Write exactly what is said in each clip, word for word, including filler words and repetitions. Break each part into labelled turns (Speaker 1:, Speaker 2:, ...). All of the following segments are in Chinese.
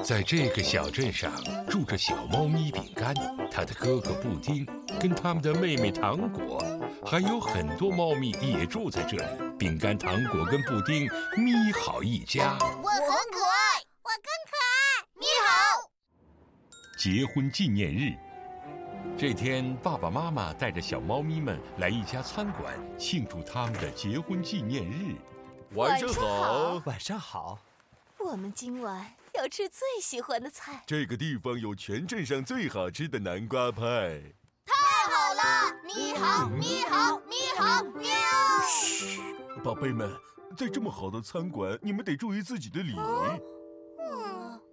Speaker 1: 在这个小镇上住着小猫咪饼干，它的哥哥布丁，跟他们的妹妹糖果，还有很多猫咪也住在这里。饼干、糖果跟布丁咪好一家。
Speaker 2: 我很可爱，
Speaker 3: 我更可爱，
Speaker 2: 咪好。
Speaker 1: 结婚纪念日，这天爸爸妈妈带着小猫咪们来一家餐馆庆祝他们的结婚纪念日。
Speaker 4: 晚上好，
Speaker 5: 晚上好。
Speaker 6: 我们今晚要吃最喜欢的菜。
Speaker 4: 这个地方有全镇上最好吃的南瓜派。
Speaker 2: 太好了！咪好，咪好，咪好，喵！
Speaker 4: 嘘，宝贝们，在这么好的餐馆，你们得注意自己的礼仪。
Speaker 2: 嗯。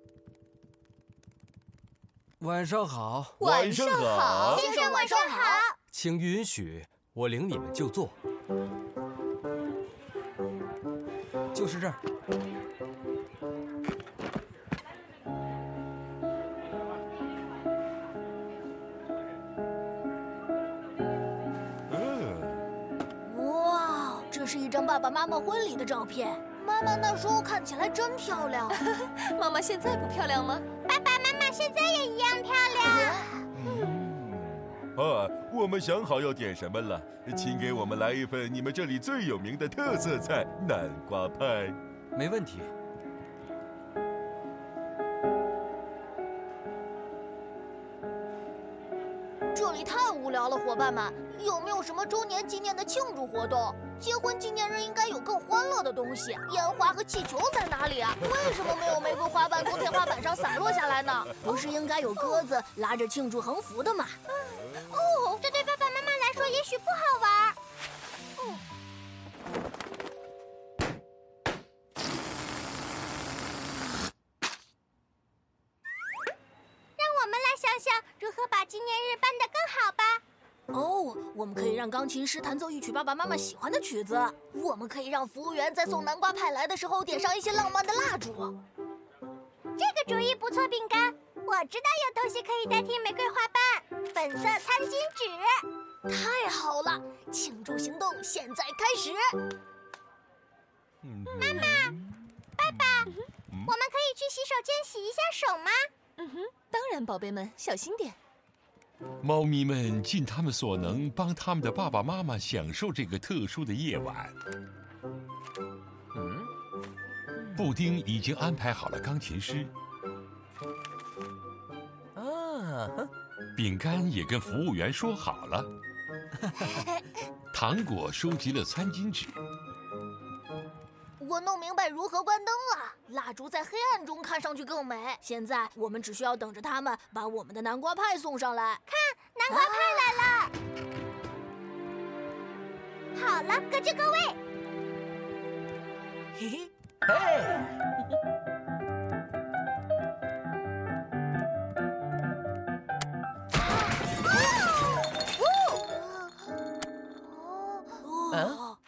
Speaker 5: 晚上好。
Speaker 4: 晚上好，
Speaker 2: 先生晚上好。
Speaker 5: 请允许我领你们就坐。就是这儿。
Speaker 2: 哇，这是一张爸爸妈妈婚礼的照片。妈妈那时候看起来真漂亮。
Speaker 6: 妈妈现在不漂亮吗？
Speaker 3: 爸爸妈妈现在也一样漂亮。
Speaker 4: 啊，我们想好要点什么了，请给我们来一份你们这里最有名的特色菜——南瓜派。
Speaker 5: 没问题。
Speaker 2: 这里太无聊了，伙伴们，有没有什么周年纪念的庆祝活动？结婚纪念日应该有更欢乐的东西。烟花和气球在哪里啊？为什么没有玫瑰花瓣从天花板上洒落下来呢？不是应该有鸽子拉着庆祝横幅的吗？
Speaker 3: 哦，这对爸爸妈妈来说也许不好玩。嗯。让我们来想想如何把纪念日办得更好吧。
Speaker 2: 哦，我们可以让钢琴师弹奏一曲爸爸妈妈喜欢的曲子。我们可以让服务员在送南瓜派来的时候点上一些浪漫的蜡烛。
Speaker 3: 这个主意不错，饼干。我知道有东西可以代替玫瑰花瓣，粉色餐巾纸。
Speaker 2: 太好了，庆祝行动现在开始。
Speaker 3: 妈妈，爸爸，我们可以去洗手间洗一下手吗？
Speaker 6: 嗯哼，当然，宝贝们，小心点。
Speaker 1: 猫咪们尽他们所能帮他们的爸爸妈妈享受这个特殊的夜晚。
Speaker 5: 嗯，
Speaker 1: 布丁已经安排好了钢琴师，
Speaker 5: 啊，
Speaker 1: 饼干也跟服务员说好了，糖果收集了餐巾纸。
Speaker 2: 我弄明白如何关灯了，蜡烛在黑暗中看上去更美。现在我们只需要等着他们把我们的南瓜派送上来。
Speaker 3: 看，南瓜派来了！啊、好了，各就各位。
Speaker 2: 嘿嘿，
Speaker 5: 嘿。
Speaker 2: 哦，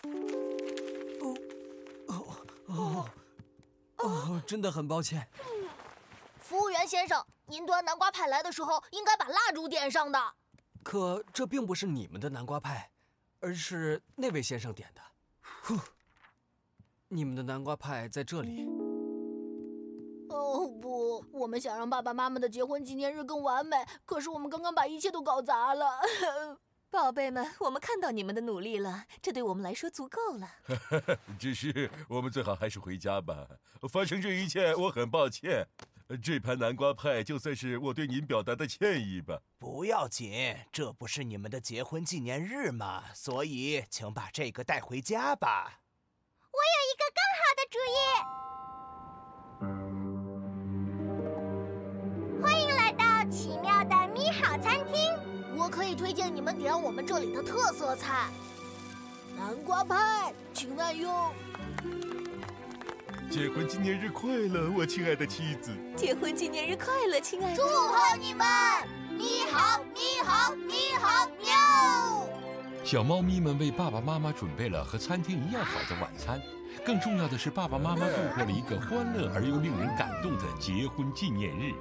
Speaker 5: 哦，真的很抱歉。
Speaker 2: 服务员先生，您端南瓜派来的时候应该把蜡烛点上的。
Speaker 5: 可这并不是你们的南瓜派，而是那位先生点的。呼，你们的南瓜派在这里。
Speaker 2: 哦不，我们想让爸爸妈妈的结婚纪念日更完美，可是我们刚刚把一切都搞砸了。
Speaker 6: 宝贝们，我们看到你们的努力了，这对我们来说足够了。
Speaker 4: 只是我们最好还是回家吧。发生这一切，我很抱歉。这盘南瓜派就算是我对您表达的歉意吧。
Speaker 7: 不要紧，这不是你们的结婚纪念日吗？所以请把这个带回家吧。
Speaker 3: 我有一个更好的主意。欢迎来到奇妙的咪好餐厅。
Speaker 2: 我可以推荐你们点我们这里的特色菜——南瓜派，请慢用。
Speaker 4: 结婚纪念日快乐，我亲爱的妻子！
Speaker 6: 结婚纪念日快乐，亲爱的！
Speaker 2: 祝贺你们！咪好，咪好，咪好，喵！
Speaker 1: 小猫咪们为爸爸妈妈准备了和餐厅一样好的晚餐。更重要的是，爸爸妈妈度过了一个欢乐而又令人感动的结婚纪念日。